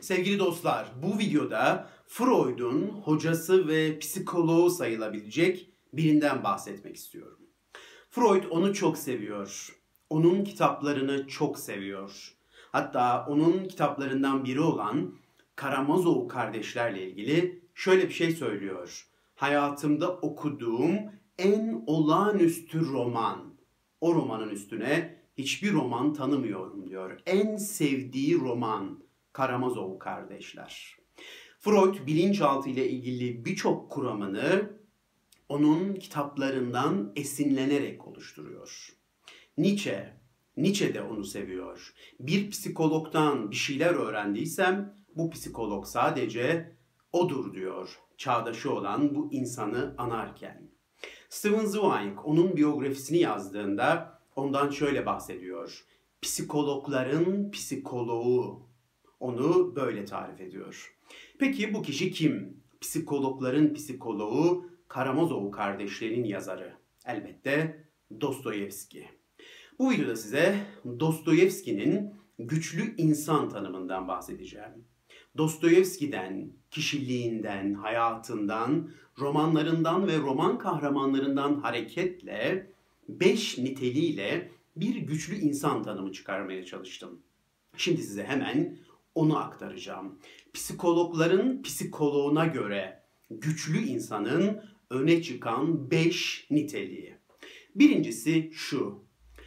Sevgili dostlar, bu videoda Freud'un hocası ve psikoloğu sayılabilecek birinden bahsetmek istiyorum. Freud onu çok seviyor. Onun kitaplarını çok seviyor. Hatta onun kitaplarından biri olan Karamazov kardeşlerle ilgili şöyle bir şey söylüyor. Hayatımda okuduğum en olağanüstü roman. O romanın üstüne hiçbir roman tanımıyorum diyor. En sevdiği roman Karamazov kardeşler. Freud bilinçaltı ile ilgili birçok kuramını onun kitaplarından esinlenerek oluşturuyor. Nietzsche de onu seviyor. Bir psikologdan bir şeyler öğrendiysem bu psikolog sadece odur diyor. Çağdaşı olan bu insanı anarken. Stephen Zweig onun biyografisini yazdığında ondan şöyle bahsediyor. Psikologların psikoloğu. Onu böyle tarif ediyor. Peki bu kişi kim? Psikologların psikoloğu Karamazov kardeşlerin yazarı. Elbette Dostoyevski. Bu videoda size Dostoyevski'nin güçlü insan tanımından bahsedeceğim. Dostoyevski'den, kişiliğinden, hayatından, romanlarından ve roman kahramanlarından hareketle 5 niteliğiyle bir güçlü insan tanımı çıkarmaya çalıştım. Şimdi size hemen onu aktaracağım. Psikologların psikoloğuna göre güçlü insanın öne çıkan 5 niteliği. Birincisi şu: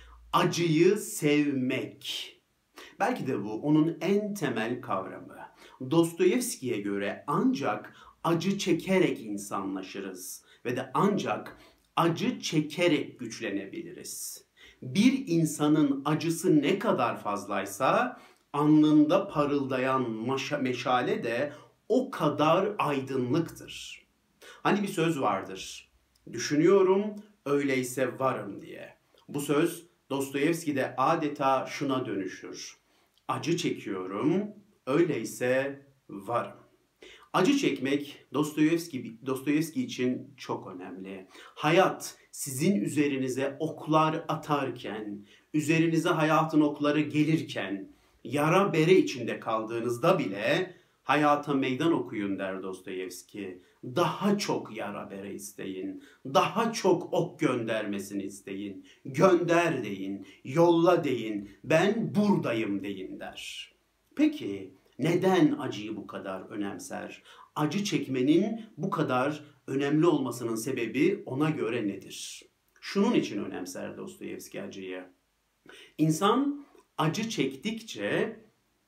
acıyı sevmek. Belki de bu onun en temel kavramı. Dostoyevski'ye göre ancak acı çekerek insanlaşırız ve de ancak acı çekerek güçlenebiliriz. Bir insanın acısı ne kadar fazlaysa alnında parıldayan meşale de o kadar aydınlıktır. Hani bir söz vardır. Düşünüyorum, öyleyse varım diye. Bu söz Dostoyevski'de adeta şuna dönüşür. Acı çekiyorum, öyleyse varım. Acı çekmek Dostoyevski için çok önemli. Hayat sizin üzerinize oklar atarken, üzerinize hayatın okları gelirken, yara bere içinde kaldığınızda bile hayata meydan okuyun der Dostoyevski. Daha çok yara bere isteyin, daha çok ok göndermesini isteyin. Gönder deyin, yolla deyin, ben buradayım deyin der. Peki neden acıyı bu kadar önemser? Acı çekmenin bu kadar önemli olmasının sebebi ona göre nedir? Şunun için önemser Dostoyevski acıyı. İnsan acı çektikçe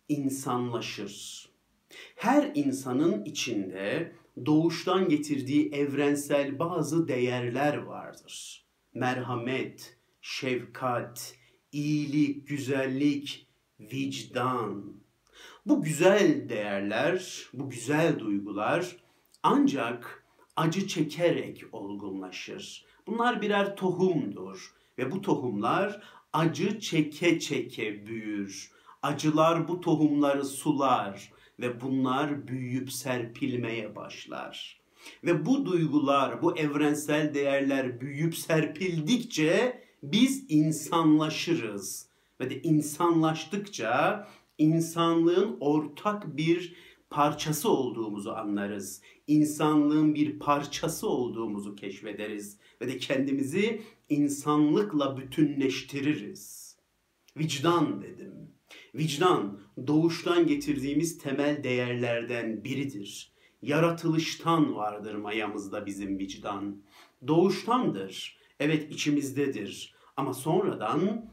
insanlaşır. Her insanın içinde doğuştan getirdiği evrensel bazı değerler vardır. Merhamet, şefkat, iyilik, güzellik, vicdan. Bu güzel değerler, bu güzel duygular ancak acı çekerek olgunlaşır. Bunlar birer tohumdur ve bu tohumlar acı çeke çeke büyür. Acılar bu tohumları sular ve bunlar büyüyüp serpilmeye başlar. Ve bu duygular, bu evrensel değerler büyüyüp serpildikçe biz insanlaşırız. Ve de insanlaştıkça insanlığın ortak bir parçası olduğumuzu anlarız. İnsanlığın bir parçası olduğumuzu keşfederiz. Ve de kendimizi insanlıkla bütünleştiririz. Vicdan dedim. Vicdan doğuştan getirdiğimiz temel değerlerden biridir. Yaratılıştan vardır mayamızda bizim vicdan. Doğuştandır. Evet, içimizdedir. Ama sonradan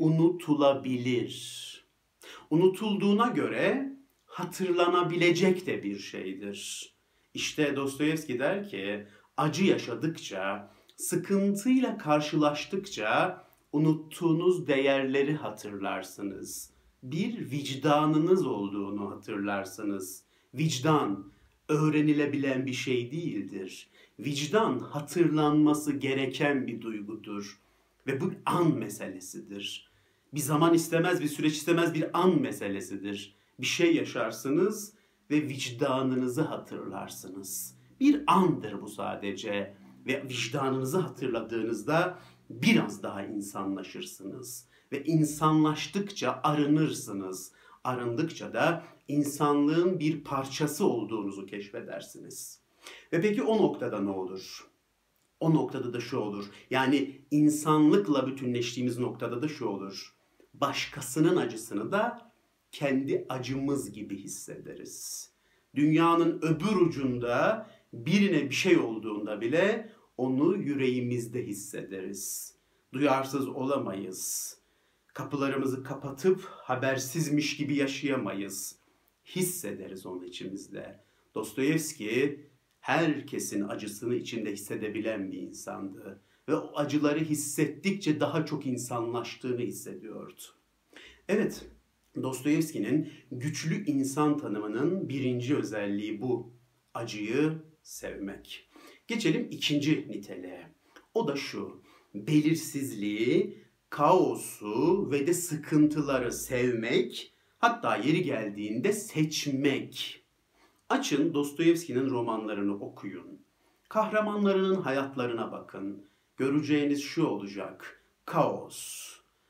unutulabilir. Unutulduğuna göre hatırlanabilecek de bir şeydir. İşte Dostoyevski der ki, acı yaşadıkça, sıkıntıyla karşılaştıkça unuttuğunuz değerleri hatırlarsınız. Bir vicdanınız olduğunu hatırlarsınız. Vicdan öğrenilebilen bir şey değildir. Vicdan hatırlanması gereken bir duygudur. Ve bu an meselesidir. Bir zaman istemez, bir süreç istemez, bir an meselesidir. Bir şey yaşarsınız ve vicdanınızı hatırlarsınız. Bir andır bu sadece. Ve vicdanınızı hatırladığınızda biraz daha insanlaşırsınız. Ve insanlaştıkça arınırsınız. Arındıkça da insanlığın bir parçası olduğunuzu keşfedersiniz. Ve peki o noktada ne olur? O noktada da şu olur. Yani insanlıkla bütünleştiğimiz noktada da şu olur. Başkasının acısını da kendi acımız gibi hissederiz. Dünyanın öbür ucunda birine bir şey olduğunda bile onu yüreğimizde hissederiz. Duyarsız olamayız. Kapılarımızı kapatıp habersizmiş gibi yaşayamayız. Hissederiz onu içimizde. Dostoyevski herkesin acısını içinde hissedebilen bir insandı. Ve o acıları hissettikçe daha çok insanlaştığını hissediyordu. Evet, Dostoyevski'nin güçlü insan tanımının birinci özelliği bu. Acıyı sevmek. Geçelim ikinci niteliğe. O da şu. Belirsizliği, kaosu ve de sıkıntıları sevmek, hatta yeri geldiğinde seçmek. Açın Dostoyevski'nin romanlarını okuyun. Kahramanlarının hayatlarına bakın. Göreceğiniz şu olacak. Kaos.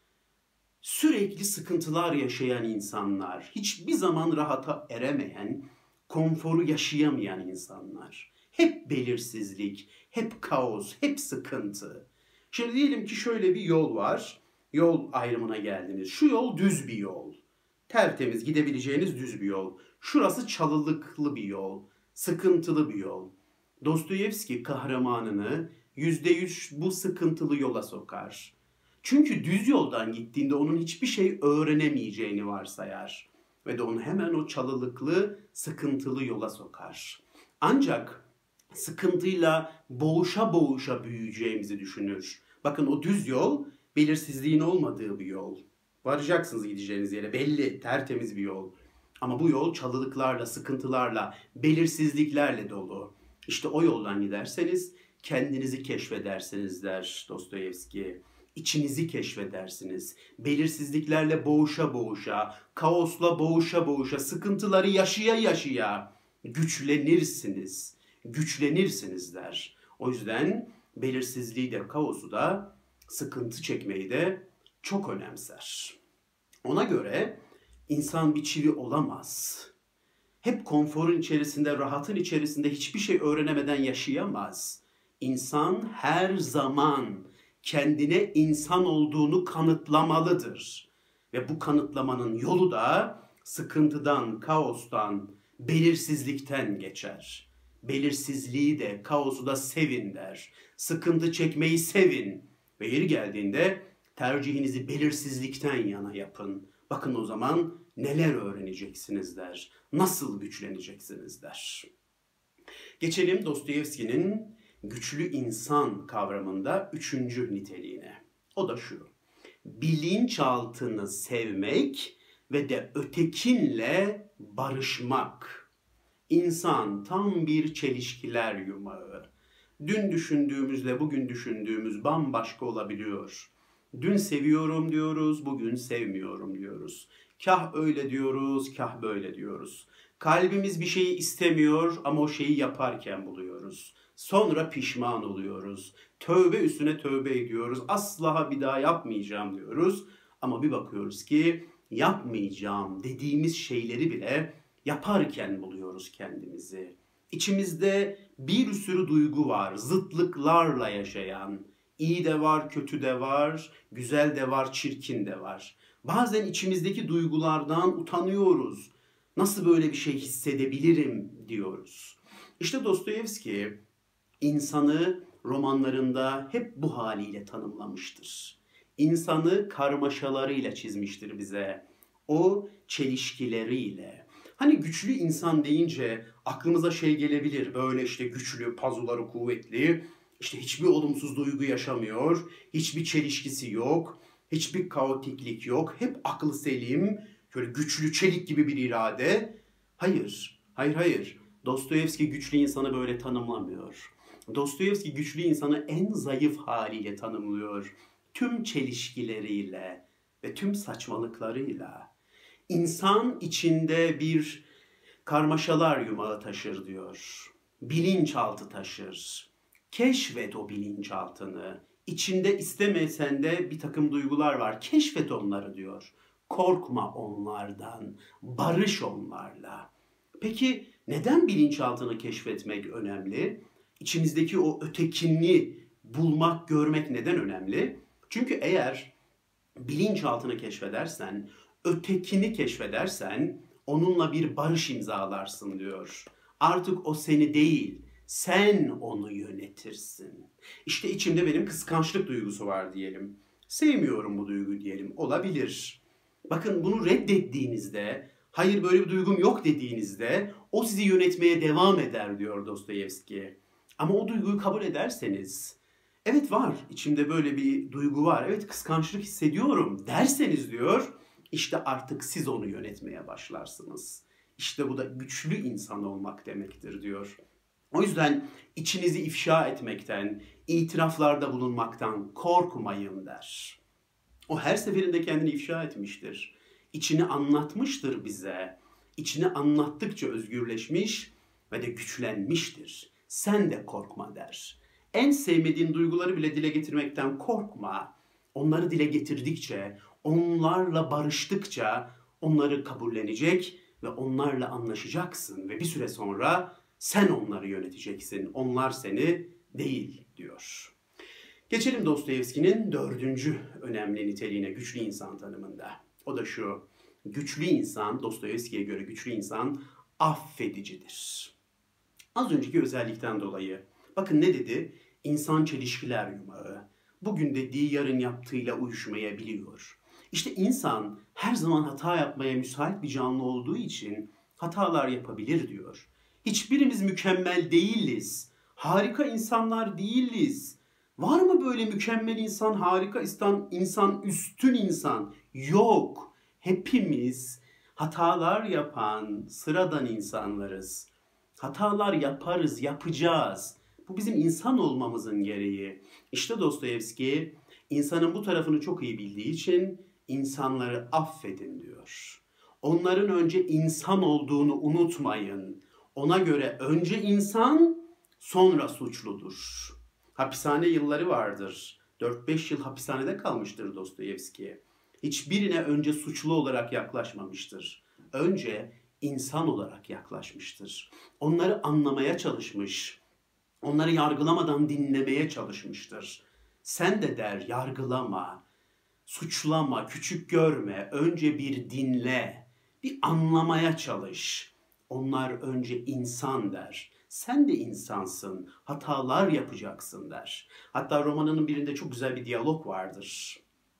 Sürekli sıkıntılar yaşayan insanlar, hiçbir zaman rahata eremeyen, konforu yaşayamayan insanlar. Hep belirsizlik, hep kaos, hep sıkıntı. Şimdi diyelim ki şöyle bir yol var. Yol ayrımına geldiniz. Şu yol düz bir yol. Tertemiz gidebileceğiniz düz bir yol. Şurası çalılıklı bir yol. Sıkıntılı bir yol. Dostoyevski kahramanını %100 bu sıkıntılı yola sokar. Çünkü düz yoldan gittiğinde onun hiçbir şey öğrenemeyeceğini varsayar. Ve de onu hemen o çalılıklı, sıkıntılı yola sokar. Ancak sıkıntıyla boğuşa boğuşa büyüyeceğimizi düşünür. Bakın o düz yol belirsizliğin olmadığı bir yol. Varacaksınız gideceğiniz yere, belli, tertemiz bir yol. Ama bu yol çalılıklarla, sıkıntılarla, belirsizliklerle dolu. İşte o yoldan giderseniz kendinizi keşfedersiniz der Dostoyevski. İçinizi keşfedersiniz. Belirsizliklerle boğuşa boğuşa, kaosla boğuşa boğuşa, sıkıntıları yaşaya yaşaya güçlenirsiniz. Güçlenirsiniz der. O yüzden belirsizliği de, kaosu da, sıkıntı çekmeyi de çok önemser. Ona göre insan bir çivi olamaz. Hep konforun içerisinde, rahatın içerisinde hiçbir şey öğrenemeden yaşayamaz. İnsan her zaman kendine insan olduğunu kanıtlamalıdır. Ve bu kanıtlamanın yolu da sıkıntıdan, kaostan, belirsizlikten geçer. Belirsizliği de, kaosu da sevin der. Sıkıntı çekmeyi sevin. Ve yeri geldiğinde tercihinizi belirsizlikten yana yapın. Bakın o zaman neler öğreneceksiniz der. Nasıl güçleneceksiniz der. Geçelim Dostoyevski'nin güçlü insan kavramında üçüncü niteliğine. O da şu. Bilinçaltını sevmek ve de ötekinle barışmak. İnsan tam bir çelişkiler yumağı. Dün düşündüğümüzle bugün düşündüğümüz bambaşka olabiliyor. Dün seviyorum diyoruz, bugün sevmiyorum diyoruz. Kah öyle diyoruz, kah böyle diyoruz. Kalbimiz bir şeyi istemiyor ama o şeyi yaparken buluyoruz. Sonra pişman oluyoruz. Tövbe üstüne tövbe ediyoruz. Asla bir daha yapmayacağım diyoruz. Ama bir bakıyoruz ki yapmayacağım dediğimiz şeyleri bile yaparken buluyoruz kendimizi. İçimizde bir sürü duygu var, zıtlıklarla yaşayan. İyi de var, kötü de var, güzel de var, çirkin de var. Bazen içimizdeki duygulardan utanıyoruz. Nasıl böyle bir şey hissedebilirim diyoruz. İşte Dostoyevski insanı romanlarında hep bu haliyle tanımlamıştır. İnsanı karmaşalarıyla çizmiştir bize. O çelişkileriyle. Hani güçlü insan deyince aklımıza şey gelebilir. Böyle işte güçlü, pazuları kuvvetli, işte hiçbir olumsuz duygu yaşamıyor, hiçbir çelişkisi yok, hiçbir kaotiklik yok. Hep aklı selim, şöyle güçlü, çelik gibi bir irade. Hayır, hayır, hayır. Dostoyevski güçlü insanı böyle tanımlamıyor. Dostoyevski güçlü insanı en zayıf haliyle tanımlıyor. Tüm çelişkileriyle ve tüm saçmalıklarıyla. İnsan içinde bir karmaşalar yumağı taşır diyor. Bilinçaltı taşır. Keşfet o bilinçaltını. İçinde istemesen de bir takım duygular var. Keşfet onları diyor. Korkma onlardan, barış onlarla. Peki neden bilinçaltını keşfetmek önemli? İçimizdeki o ötekini bulmak, görmek neden önemli? Çünkü eğer bilinçaltını keşfedersen, ötekini keşfedersen onunla bir barış imzalarsın diyor. Artık o seni değil, sen onu yönetirsin. İşte içimde benim kıskançlık duygusu var diyelim. Sevmiyorum bu duygu diyelim. Olabilir. Bakın bunu reddettiğinizde, hayır böyle bir duygum yok dediğinizde o sizi yönetmeye devam eder diyor Dostoyevski. Ama o duyguyu kabul ederseniz, evet var içimde böyle bir duygu var, evet kıskançlık hissediyorum derseniz diyor, işte artık siz onu yönetmeye başlarsınız. İşte bu da güçlü insan olmak demektir diyor. O yüzden içinizi ifşa etmekten, itiraflarda bulunmaktan korkmayın der. O her seferinde kendini ifşa etmiştir. İçini anlatmıştır bize. İçini anlattıkça özgürleşmiş ve de güçlenmiştir. Sen de korkma der. En sevmediğin duyguları bile dile getirmekten korkma. Onları dile getirdikçe, onlarla barıştıkça onları kabullenecek ve onlarla anlaşacaksın. Ve bir süre sonra sen onları yöneteceksin. Onlar seni değil diyor. Geçelim Dostoyevski'nin 4. önemli niteliğine güçlü insan tanımında. O da şu: güçlü insan, Dostoyevski'ye göre güçlü insan affedicidir. Az önceki özellikten dolayı. Bakın ne dedi? İnsan çelişkiler yumağı. Bugün dediği yarın yaptığıyla uyuşmayabiliyor. İşte insan her zaman hata yapmaya müsait bir canlı olduğu için hatalar yapabilir diyor. Hiçbirimiz mükemmel değiliz. Harika insanlar değiliz. Var mı böyle mükemmel insan, harika insan, üstün insan? Yok. Hepimiz hatalar yapan sıradan insanlarız. Hatalar yaparız, yapacağız. Bu bizim insan olmamızın gereği. İşte Dostoyevski insanın bu tarafını çok iyi bildiği için insanları affedin diyor. Onların önce insan olduğunu unutmayın. Ona göre önce insan, sonra suçludur. Hapishane yılları vardır. 4-5 yıl hapishanede kalmıştır Dostoyevski. Hiçbirine önce suçlu olarak yaklaşmamıştır. Önce insan olarak yaklaşmıştır. Onları anlamaya çalışmış. Onları yargılamadan dinlemeye çalışmıştır. Sen de der, yargılama, suçlama, küçük görme. Önce bir dinle, bir anlamaya çalış. Onlar önce insan der. Sen de insansın, hatalar yapacaksın der. Hatta romanının birinde çok güzel bir diyalog vardır.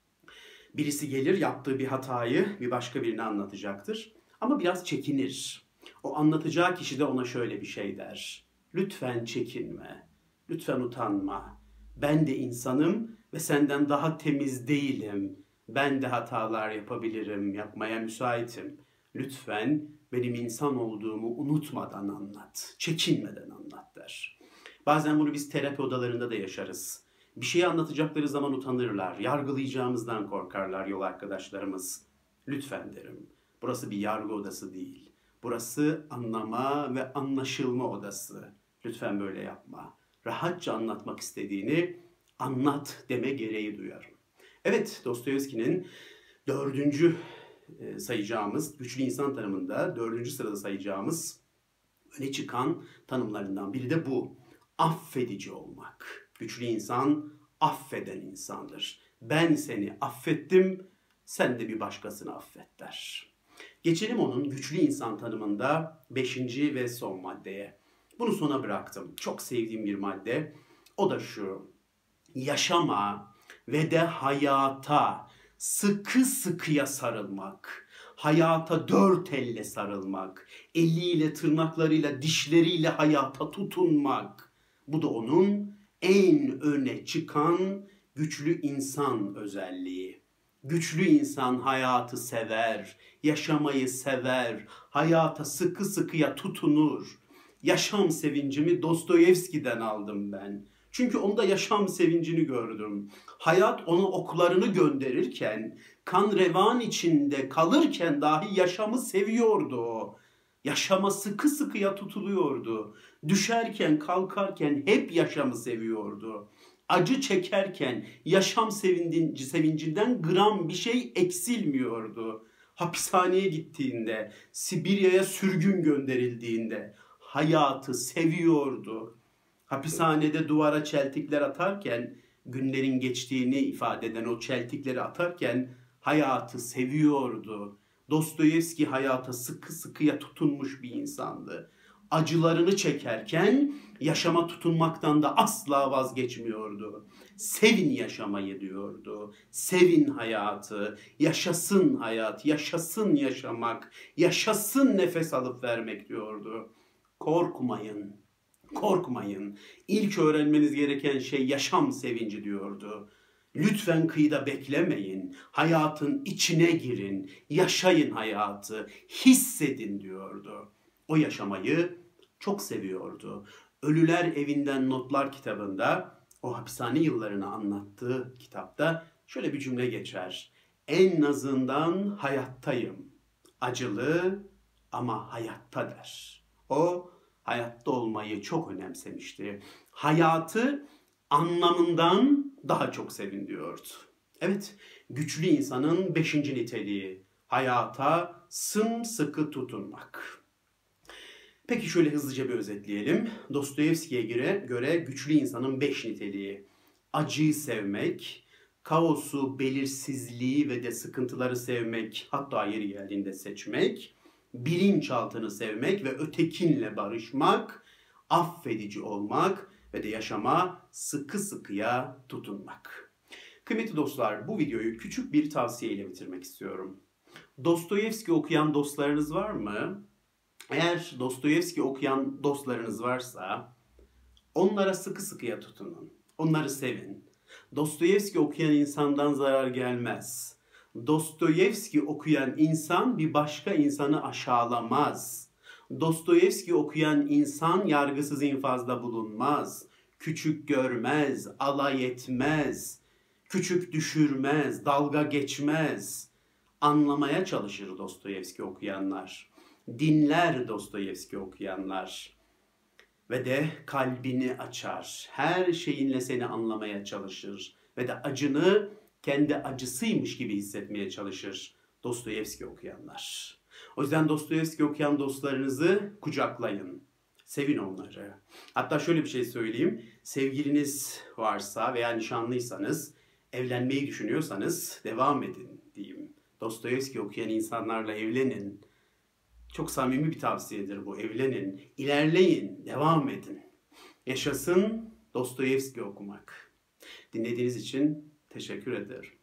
Birisi gelir, yaptığı bir hatayı bir başka birine anlatacaktır. Ama biraz çekinir. O anlatacağı kişi de ona şöyle bir şey der: lütfen çekinme, lütfen utanma. Ben de insanım ve senden daha temiz değilim. Ben de hatalar yapabilirim, yapmaya müsaitim. Lütfen benim insan olduğumu unutmadan anlat, çekinmeden anlat der. Bazen bunu biz terapi odalarında da yaşarız. Bir şeyi anlatacakları zaman utanırlar, yargılayacağımızdan korkarlar yol arkadaşlarımız. Lütfen derim, burası bir yargı odası değil. Burası anlama ve anlaşılma odası. Lütfen böyle yapma. Rahatça anlatmak istediğini anlat deme gereği duyarım. Evet, Dostoyevski'nin 4. sayacağımız, güçlü insan tanımında 4. sırada sayacağımız öne çıkan tanımlarından biri de bu. Affedici olmak. Güçlü insan affeden insandır. Ben seni affettim, sen de bir başkasını affet der. Geçelim onun güçlü insan tanımında 5. ve son maddeye. Bunu sona bıraktım. Çok sevdiğim bir madde. O da şu: yaşama ve de hayata sıkı sıkıya sarılmak. Hayata 4 elle sarılmak. Eliyle, tırnaklarıyla, dişleriyle hayata tutunmak. Bu da onun en öne çıkan güçlü insan özelliği. Güçlü insan hayatı sever, yaşamayı sever, hayata sıkı sıkıya tutunur. Yaşam sevincimi Dostoyevski'den aldım ben. Çünkü onda yaşam sevincini gördüm. Hayat ona oklarını gönderirken, kan revan içinde kalırken dahi yaşamı seviyordu o. Yaşama sıkı sıkıya tutuluyordu. Düşerken, kalkarken hep yaşamı seviyordu. Acı çekerken yaşam sevincinden gram bir şey eksilmiyordu. Hapishaneye gittiğinde, Sibirya'ya sürgün gönderildiğinde hayatı seviyordu. Hapishanede duvara çeltikler atarken, günlerin geçtiğini ifade eden o çeltikleri atarken hayatı seviyordu. Dostoyevski hayata sıkı sıkıya tutunmuş bir insandı. Acılarını çekerken yaşama tutunmaktan da asla vazgeçmiyordu. Sevin yaşamayı diyordu. Sevin hayatı, yaşasın hayat, yaşasın yaşamak, yaşasın nefes alıp vermek diyordu. Korkmayın, korkmayın. İlk öğrenmeniz gereken şey yaşam sevinci diyordu. Lütfen kıyıda beklemeyin. Hayatın içine girin. Yaşayın hayatı. Hissedin diyordu. O yaşamayı çok seviyordu. Ölüler Evinden Notlar kitabında, o hapishane yıllarını anlattığı kitapta şöyle bir cümle geçer. En azından hayattayım. Acılı ama hayatta der. O hayatta olmayı çok önemsemişti. Hayatı anlamından daha çok sevin diyordu. Evet, güçlü insanın 5. niteliği hayata sımsıkı tutunmak. Peki şöyle hızlıca bir özetleyelim. Dostoyevski'ye göre güçlü insanın 5 niteliği: acıyı sevmek, kaosu, belirsizliği ve de sıkıntıları sevmek, hatta yeri geldiğinde seçmek, bilinçaltını sevmek ve ötekinle barışmak, affedici olmak ve de yaşama sıkı sıkıya tutunmak. Kıymetli dostlar, bu videoyu küçük bir tavsiyeyle bitirmek istiyorum. Dostoyevski okuyan dostlarınız var mı? Eğer Dostoyevski okuyan dostlarınız varsa onlara sıkı sıkıya tutunun. Onları sevin. Dostoyevski okuyan insandan zarar gelmez. Dostoyevski okuyan insan bir başka insanı aşağılamaz. Dostoyevski okuyan insan yargısız infazda bulunmaz. Küçük görmez, alay etmez, küçük düşürmez, dalga geçmez. Anlamaya çalışır Dostoyevski okuyanlar. Dinler Dostoyevski okuyanlar ve de kalbini açar. Her şeyinle seni anlamaya çalışır ve de acını kendi acısıymış gibi hissetmeye çalışır Dostoyevski okuyanlar. O yüzden Dostoyevski okuyan dostlarınızı kucaklayın. Sevin onları. Hatta şöyle bir şey söyleyeyim. Sevgiliniz varsa veya nişanlıysanız, evlenmeyi düşünüyorsanız devam edin diyeyim. Dostoyevski okuyan insanlarla evlenin. Çok samimi bir tavsiyedir bu. Evlenin, ilerleyin, devam edin. Yaşasın Dostoyevski okumak. Dinlediğiniz için teşekkür ederim.